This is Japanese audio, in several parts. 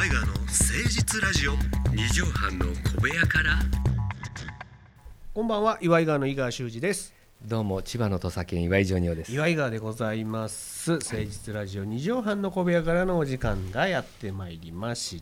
岩井川の誠実ラジオ。 二畳半の小部屋から。 こんばんは、岩井川の井川修司です。 どうも、千葉の土佐県岩井ジョニオです。 岩井川でございます。誠実ラジオ二畳半の小部屋からのお時間がやってまいりました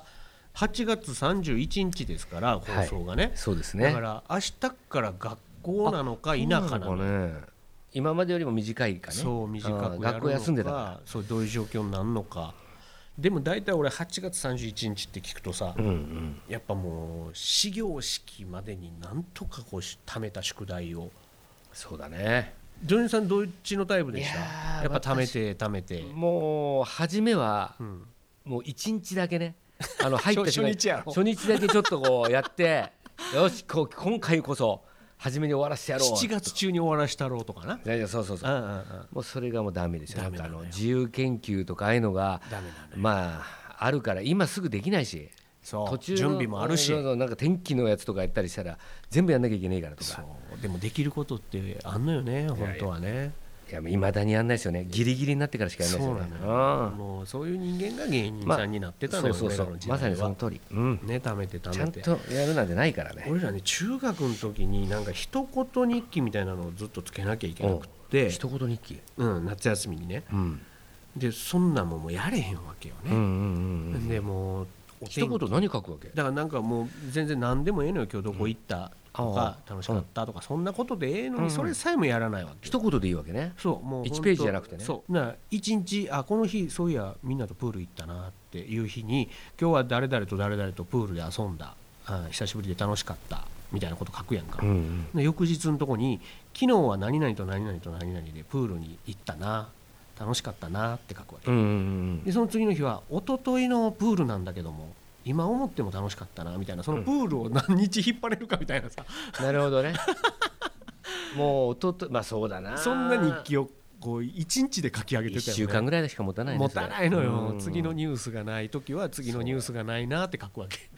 。8月31日ですから放送がね、 はい、そうですね。 だから明日から学校なのか否かなのかね。 今までよりも短いかね。 そう短くやるのか、 学校休んでたから、 そうどういう状況になるのか。でも大体俺8月31日って聞くとさ、やっぱもう始業式までになんとかこう貯めた宿題を。 そうだね。 ジョニーさんどっちのタイプでした？やっぱ貯めてもう初めは、もう1日だけね、入った初日だけちょっとこうやってよし今回こそ初めに終わらせてやろう、 7月中に終わらせたろうとかな。 そう、もうそれがもうダメですよ。 ダメなのよ。 自由研究とかああいうのがダメなのよ。 まああるから今すぐできないし、 そう途中準備もあるし、 なんか天気のやつとかやったりしたら全部やんなきゃいけないからとか。 そうでもできることってあんのよね、本当はね。 いや未だにやんないですよね。ギリギリになってからしかやんないですよね。 そうなのよ。もうそういう人間が芸人さんになってたのよ、 そうまさにその通り、 ね、貯めてちゃんとやるなんてないからね。 俺らね、中学の時になんか一言日記みたいなのをずっとつけなきゃいけなくて、 一言日記、 夏休みにね、でそんなもんもうやれへんわけよね。でもう一言何書くわけ？ だからなんかもう全然何でもええのよ。今日どこ行ったとか、楽しかったとか、そんなことでええのにそれさえもやらないわけ。 一言でいいわけね。 そう、もう 1ページじゃなくてね。 そうな、一日この日そういやみんなとプール行ったなっていう日に、今日は誰々と誰々とプールで遊んだ、久しぶりで楽しかったみたいなこと書くやんか。で翌日のとこに昨日は何々と何々と何々でプールに行ったな、楽しかったなって書くわけ。でその次の日は一昨日のプールなんだけども今思っても楽しかったなみたいな、そのプールを何日引っ張れるかみたいなさ、 なるほどね。もうまあそうだな。 そんな日記をこう1日で書き上げてたよね。 1週間ぐらいしか持たないね。 持たないのよ。次のニュースがない時は次のニュースがないなって書くわけ。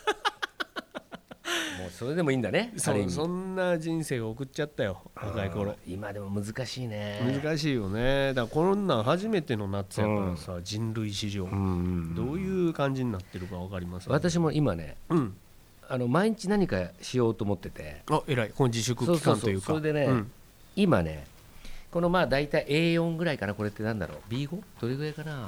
もうそれでもいいんだね。 そんな人生を送っちゃったよ、若い頃。 今でも難しいね。 難しいよね。だからこんなん初めての夏やからさ、人類史上どういう感じになってるか分かります？ 私も今ね、毎日何かしようと思ってて。 偉い。この自粛期間というか。 それでね、今ねこのまあだいたい A4 ぐらいかな。これってなんだろう、 B5 どれぐらいかな。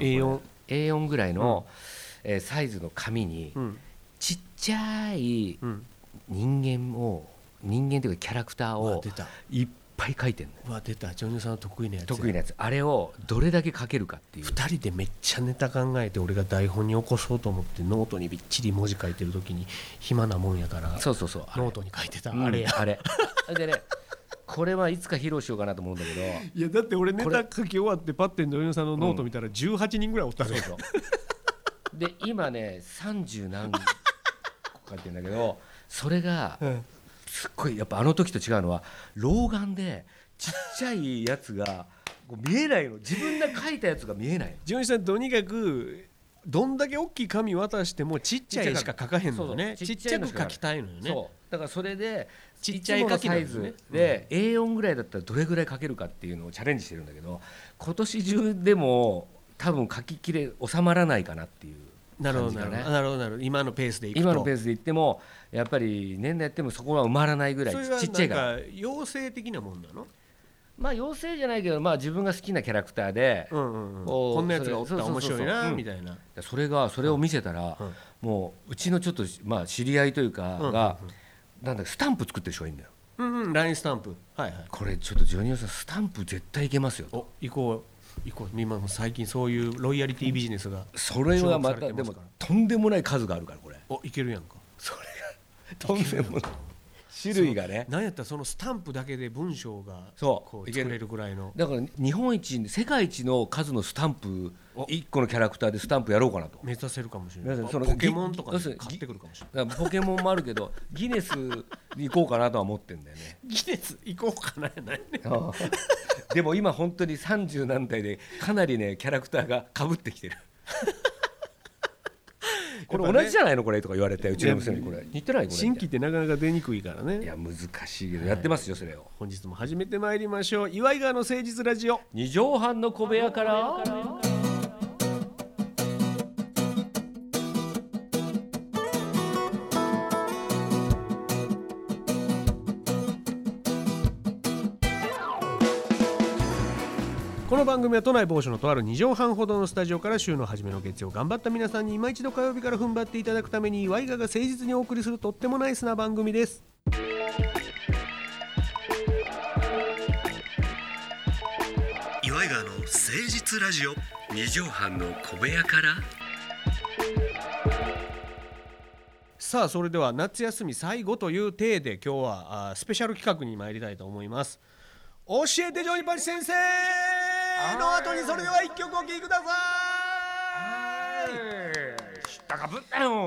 A4 ぐらいのサイズの紙にちっちゃい人間というかキャラクターをいっぱい描いてるの。 出た、ジョニオさんの得意なやつ。 あれをどれだけ描けるかっていう。 2人でめっちゃネタ考えて、俺が台本に起こそうと思ってノートにびっちり文字書いてる時に暇なもんやから、ノートに書いてたあれでね、これはいつか披露しようかなと思うんだけど。 いやだって俺ネタ書き終わってパッてジョニオさんのノート見たら18人ぐらいおったのよ。 で今ね30何個書いてるんだけど、それがすっごいやっぱあの時と違うのは、老眼でちっちゃいやつが見えないの。自分が書いたやつが見えないの。 ジョニオさんとにかくどんだけ大きい紙渡してもちっちゃいしか書かへんのよね。ちっちゃく書きたいのよね。そうだからそれでちっちゃいサイズで A4 ぐらいだったらどれぐらい書けるかっていうのをチャレンジしてるんだけど、今年中でも多分書ききれ収まらないかなっていう。なるほど。今のペースでいってもやっぱり年内やってもそこは埋まらないぐらいちっちゃいから。それはなんか妖精的なもんなの？まあ妖精じゃないけど、まあ自分が好きなキャラクターで、こんなやつがおったら面白いなみたいな。それを見せたら、もううちのちょっとまあ知り合いというかがなんだスタンプ作ってる人がいいんだよ。LINE スタンプ。これちょっとジョニオさんスタンプ絶対いけますよと。行こう。今も最近そういうロイヤリティビジネスが、それはまたでもとんでもない数があるから、これいけるやんか。それがとんでもない種類がね。なんやったらそのスタンプだけで文章がこう作れるぐらいの。だから日本一世界一の数のスタンプ1個のキャラクターでスタンプやろうかなと。目指せるかもしれない。ポケモンとか買ってくるかもしれない。ポケモンもあるけどギネスに行こうかなとは思ってんだよね。ギネス行こうかなやないね。でも今本当に30何代でかなりねキャラクターがかぶってきてる。これ同じじゃないのこれとか言われて、うちの娘にこれ似てないこれ。新規ってなかなか出にくいからね。いや難しいけどやってますよそれを。本日も始めてまいりましょう。岩井川の誠実ラジオ 2畳半の小部屋から。 この番組は都内某所のとある2畳半ほどのスタジオから週の初めの月曜頑張った皆さんに今一度火曜日から踏ん張っていただくためにワイガが誠実にお送りするとってもナイスな番組です。 岩井川の誠実ラジオ、2畳半の小部屋から。 さあそれでは夏休み最後という体で今日はスペシャル企画に参りたいと思います。教えてジョニパチ先生の後にそれでは一曲お聴きください。 知ったかぶったよ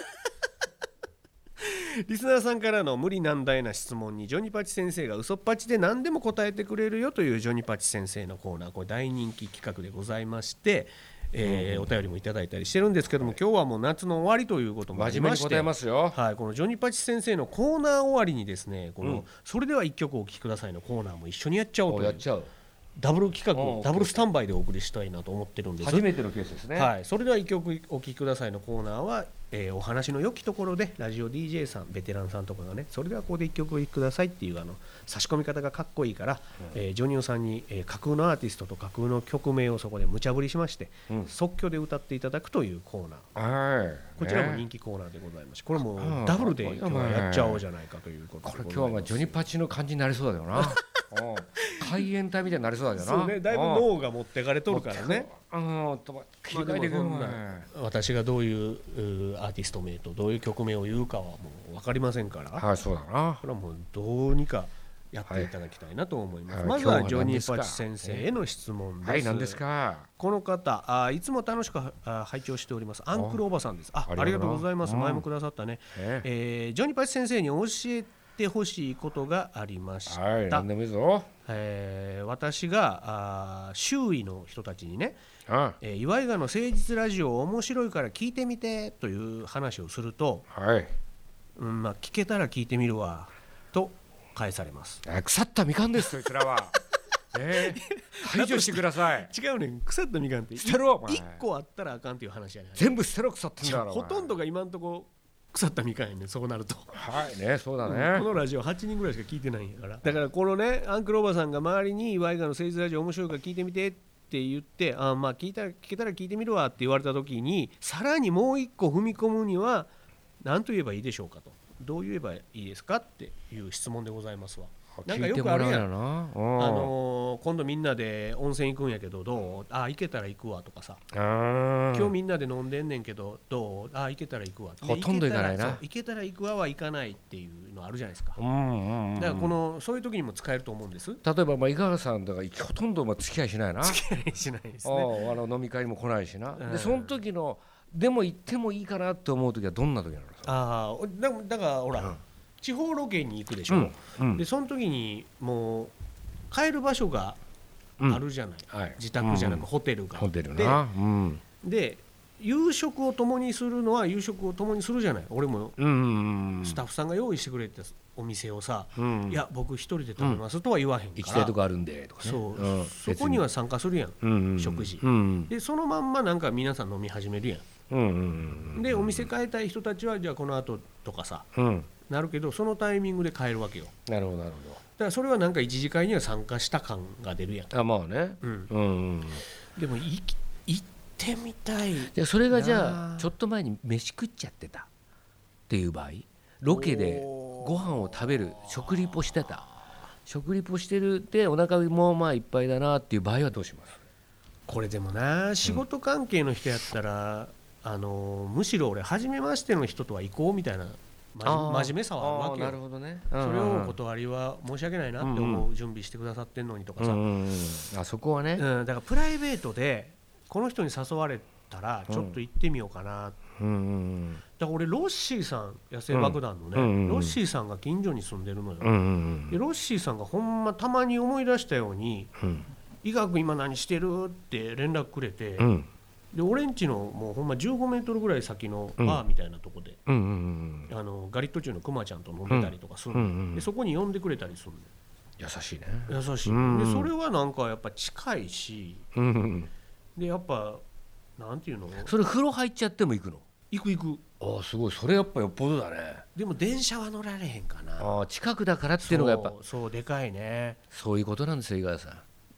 リスナーさんからの無理難題な質問にジョニパチ先生が嘘っぱちで何でも答えてくれるよというジョニパチ先生のコーナー、これ大人気企画でございまして、お便りもいただいたりしてるんですけども、今日はもう夏の終わりということもありまして、 真面目に答えますよ。 はい、このジョニパチ先生のコーナー終わりにですね、このそれでは一曲お聴きくださいのコーナーも一緒にやっちゃおうという、 やっちゃうダブル企画、ダブルスタンバイでお送りしたいなと思ってるんです。 初めてのケースですね。 はい、それでは一曲お聴きくださいのコーナーは、お話の良きところでラジオ DJ さんベテランさんとかがね、それではここで一曲お聴きくださいっていう差し込み方がかっこいいから、ジョニオさんに、架空のアーティストと架空の曲名をそこで無茶ぶりしまして、即興で歌っていただくというコーナー、こちらも人気コーナーでございまして、これもダブルで今日はやっちゃおうじゃないかということで、 これ今日はジョニパチの感じになりそうだよな海援隊みたいになりそうだよな。 そうね、だいぶ脳が持ってかれとるからね。 切り替えていくんだ。 私がどういうアーティスト名とどういう曲名を言うかはもう分かりませんから、 はい、そうだな。 これはもうどうにかやっていただきたいなと思います。まずはジョニーパチ先生への質問です。 はい、何ですか。 この方、いつも楽しく拝聴しておりますアンクルおばさんです。ありがとうございます。前もくださったね。ジョニーパチ先生に教えてほしいことがありました。 はい、何でもいいぞ。 私が周囲の人たちにね、岩井川の誠実ラジオ面白いから聞いてみてという話をすると、聞けたら聞いてみるわと返されます。 腐ったみかんですそいつらは排除してください。 違うねん、腐ったみかんって捨てろ。 1個あったらあかんっていう話やね。 全部捨てろ、腐ってんだから。 ほとんどが今んとこ腐ったみかんやねん、そうなると。 はいね、そうだね。 このラジオ8人ぐらいしか聞いてないんやから。だからこのね、アンクルおばさんが周りに岩井川の誠実ラジオ面白いから聞いてみてって言って、聞けたら聞いてみるわって言われた時に、さらにもう一個踏み込むには何と言えばいいでしょうかと、どう言えばいいですかっていう質問でございますわ。なんかよくあるやん、今度みんなで温泉行くんやけどどう？行けたら行くわとかさ、今日みんなで飲んでんねんけどどう？行けたら行くわ。 ほとんど行かないな。 行けたら行くわは行かないっていうのあるじゃないですか。だからそういう時にも使えると思うんです。 例えば井川さんとかほとんど付き合いしないな。 付き合いしないですね。 飲み会にも来ないしな。でその時のでも行ってもいいかなって思う時はどんな時なの？ だからほら、地方ロケに行くでしょ、でその時にもう帰る場所があるじゃない、自宅じゃなくホテルが、で夕食を共にするのは夕食を共にするじゃない。俺もスタッフさんが用意してくれたお店をさ、いや僕一人で食べますとは言わへんから、 行きたいとこあるんでとかね、 そこには参加するやん、食事、でそのまんまなんか皆さん飲み始めるやん、でお店変えたい人たちはじゃあこの後とかさ、なるけどそのタイミングで帰るわけよ。 なるほどなるほど。 だからそれはなんか一次会には参加した感が出るやん。 まあね、 でも行ってみたい。 それがじゃあちょっと前に飯食っちゃってたっていう場合、ロケでご飯を食べる食リポしてるでお腹もまあいっぱいだなっていう場合はどうします？ これでもな、仕事関係の人やったら、むしろ俺初めましての人とは行こうみたいな真面目さはあるわけよ。 なるほどね。 それをお断りは申し訳ないなって思う、準備してくださってんのにとかさ、 そこはね、 だからプライベートでこの人に誘われたらちょっと行ってみようかな、だから俺ロッシーさん、野生爆弾のね、ロッシーさんが近所に住んでるのよ、でロッシーさんがほんまたまに思い出したように、医学今何してるって連絡くれて、で俺んちのもうほんま15メートルぐらい先のバーみたいなとこで、ガリット中のクマちゃんと飲んでたりとかするの、でそこに呼んでくれたりするの。 優しいね。 優しい、でそれはなんかやっぱ近いし、でやっぱなんていうの、 それ風呂入っちゃっても行くの？ 行く。 すごい、それやっぱよっぽどだね。 でも電車は乗られへんかな。 近くだからっていうのがやっぱそうでかいね。 そういうことなんですよ井川さん。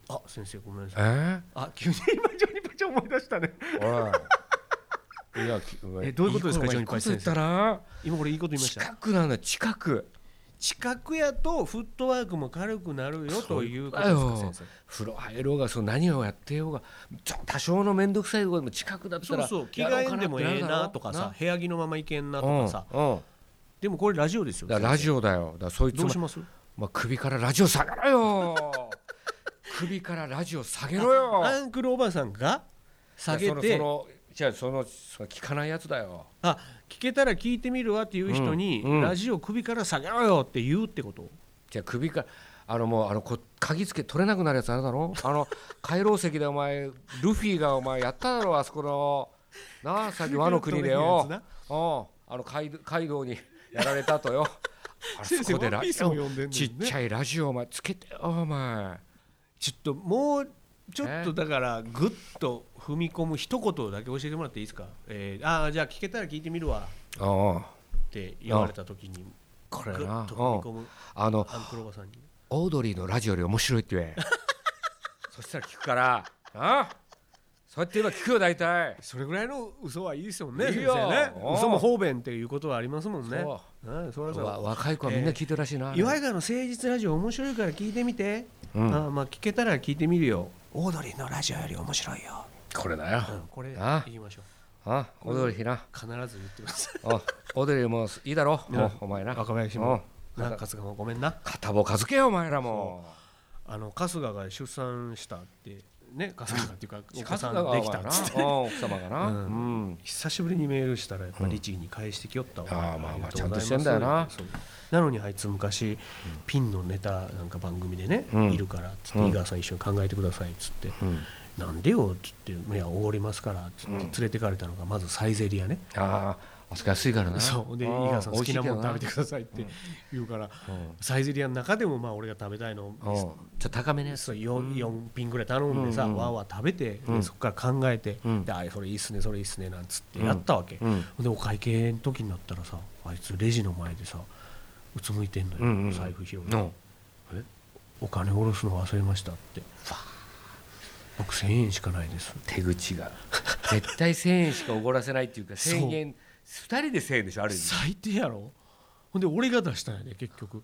あ、先生ごめんなさい。あ、急に今ジョニパチ思い出したね。いやどういうことですか、ジョニパチ先生。今これいいこと言いました。 近くなんだ、近くやとフットワークも軽くなるよということですか、先生。 風呂入ろうが何をやってようが多少の面倒くさいところでも近くだったら着替えんでもええなとかさ、部屋着のままいけんなとかさ。でもこれラジオですよ。 ラジオだよ。そいつどうします？ 首からラジオ下げろよ。首からラジオ下げろよ。 アンクルおばさんが下げて、 じゃあ聞かないやつだよ。 聞けたら聞いてみるわっていう人に、ラジオ首から下げろよって言うってこと？ じゃあ首からもう鍵付け取れなくなるやつあれだろ。回廊石でお前ルフィがお前やっただろ、あそこのなあ、さっき和の国でよ。カイドウにやられたとよ。あそこでちっちゃいラジオお前つけてよ、お前。 ちょっともうちょっとだからグッと踏み込む一言だけ教えてもらっていいですか。じゃあ聞けたら聞いてみるわって言われた時にこれな、 グッと踏み込むアンクルおばさんに、 オードリーのラジオより面白いって言え。そしたら聞くからそうやって言えば聞くよ。大体それぐらいの嘘はいいですよね。 いいよ、 先生ね。嘘も方便っていうことはありますもんね。 若い子はみんな聞いてるらしいな。 岩井川の誠実ラジオ面白いから聞いてみて。聞けたら聞いてみるよ。オードリーのラジオより面白いよ。 これだよ。 これ言いましょう。 オードリーな。 必ず言ってください。 オードリーもいいだろ。お前な。 若林も春日もごめんな。 片棒かずけよお前らも。 春日が出産したってね、春日っていうかお子さんできたっつって、 奥様がな。 久しぶりにメールしたらやっぱ律儀に返してきよったわ。 ちゃんとしてんだよな。 なのにあいつ昔ピンのネタなんか番組でねいるからっつって、井川さん一緒に考えてくださいっつって、なんでよっつって、いやおごりますからっつって連れてかれたのがまずサイゼリヤね。 あそこ安いからな。 そうで、井川さん好きなもの食べてくださいって言うから、サイゼリヤの中でも俺が食べたいのちょっと高めのやつ 4品ぐらい頼んでさ、わーわー食べて、そこから考えて、それいいっすねそれいいっすねなんつってやったわけ。でお会計の時になったらさ、あいつレジの前でさうつむいてんのよ。財布広げて、お金下ろすの忘れましたって。僕1000円しかないです。 手口が絶対1000円しかおごらせないっていうか、1000円2人で1000円でしょ。ある意味最低やろ。ほんで俺が出したんやで結局。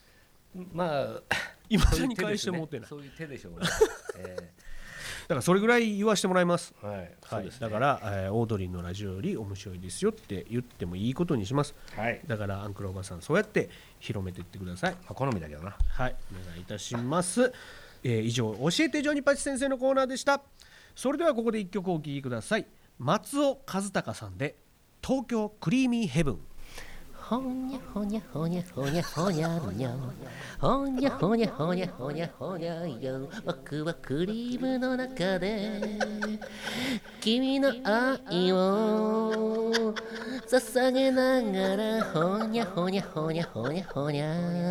今だに返してもってない。 そういう手でしょうね。 だからそれぐらい言わせてもらいます。 だから、オードリーのラジオより面白いですよって言ってもいいことにします。だからアンクルおばさんそうやって広めていってください。 好みだけどな。 お願いいたします。以上教えてジョニパチ先生のコーナーでした。それではここで1曲お聴きください。松尾和孝さんで東京クリーミーヘブン。 ほにゃほにゃほにゃほにゃほにゃにゃほにゃほにゃほにゃほにゃほにゃよ、僕はクリームの中で君の愛を捧げながら、ほにゃほにゃほにゃほにゃほにゃ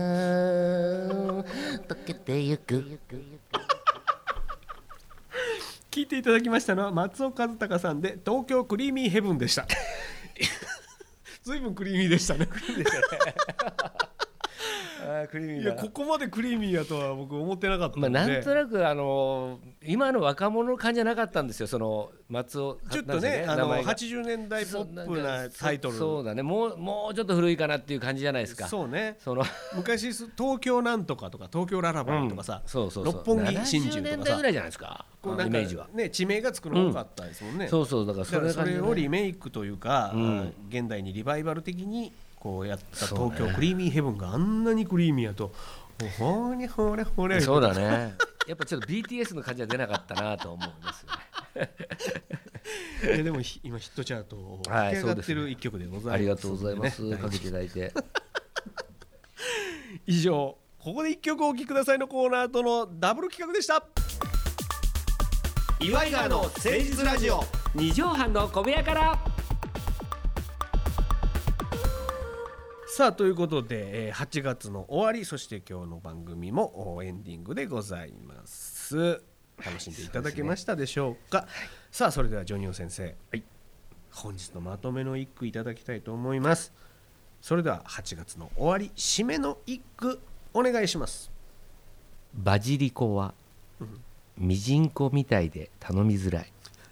溶けてゆく。 聞いていただきましたのは松尾和孝さんで東京クリーミーヘブンでした。ずいぶんクリーミーでしたね。 クリーミーいやここまでクリーミーやとは僕思ってなかったので、 なんとなく今の若者の感じじゃなかったんですよ。その松尾ちょっとね80年代ポップなタイトル。 そうだね、もうちょっと古いかなっていう感じじゃないですか。 そうね。昔東京なんとかとか東京ララバイとかさ、六本木真珠とかさ、 70年代ぐらいじゃないですか。イメージはね、地名がつくの多かったですもんね。 だからそれをリメイクというか現代にリバイバル的にこうやった東京クリーミーヘブンがあんなにクリーミーやと、ほにゃほれほれ。 そうだね。やっぱちょっと BTS の感じは出なかったなと思うんですよね。 でも今ヒットチャートを駆け上がってる一曲でございます。 ありがとうございます。かけていただいて。 以上ここで一曲お聴きくださいのコーナーとのダブル企画でした。 岩井川の誠実ラジオ、 二畳半の小部屋から。 さあということで8月の終わり、そして今日の番組もエンディングでございます。楽しんでいただけましたでしょうか。さあそれではジョニオ先生、本日のまとめの一句いただきたいと思います。それでは8月の終わり締めの一句お願いします。 バジリコはミジンコみたいで頼みづらい。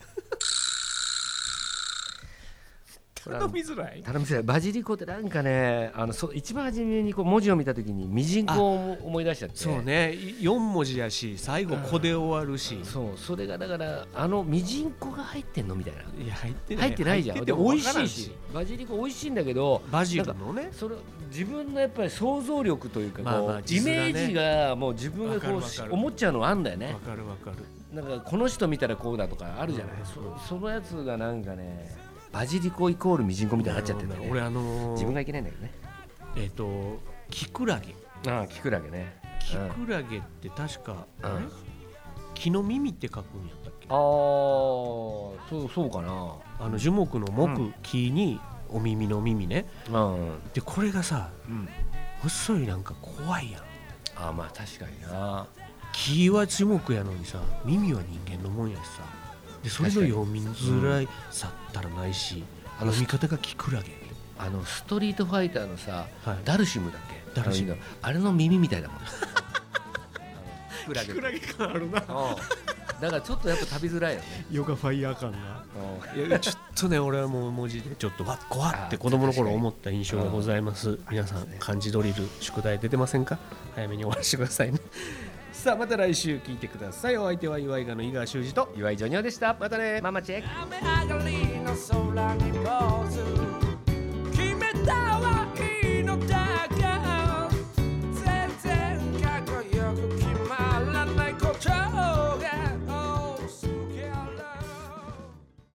頼みづらい。 バジリコってなんかね、一番初めにこう文字を見た時にミジンコを思い出しちゃって。 そうね、4文字やし最後子で終わるし、 そう、それがだからミジンコが入ってんのみたいな。 いや入ってないじゃん。で美味しいし、バジリコ美味しいんだけど、 バジルのね、 それ自分のやっぱり想像力というか、イメージがもう自分がこう思っちゃうのあんだよね。 わかるわかる。 なんかこの人見たらこうだとかあるじゃない。そのやつがなんかね、バジリコイコールミジンコみたいになっちゃってるんだよね。 俺自分がいけないんだけどね。 キクラゲ。 キクラゲね。 キクラゲって確か木の耳って書くんやったっけ。 そうかな。 樹木の木、木にお耳の耳ね。でこれがさ、細いなんか怖いやん。 まあ確かにな。 木は樹木やのにさ、耳は人間のもんやしさ。でそれの読みづらいさったらないし、読み方がキクラゲ。 ストリートファイターのさ、ダルシムだっけ。ダルシム。あれの耳みたいだもん。 キクラゲ感あるな。 だからちょっとやっぱ食べづらいよね。 ヨガファイヤー感が。いやちょっとね、俺はもう文字でちょっと怖って子供の頃思った印象がございます。皆さん漢字ドリル宿題出てませんか。早めに終わらせてくださいね。さあまた来週聞いてください。お相手は岩井川の井川修司と岩井ジョニオでした。 またね。 ママチェック。 雨上がりの空にポーズ決めたわ。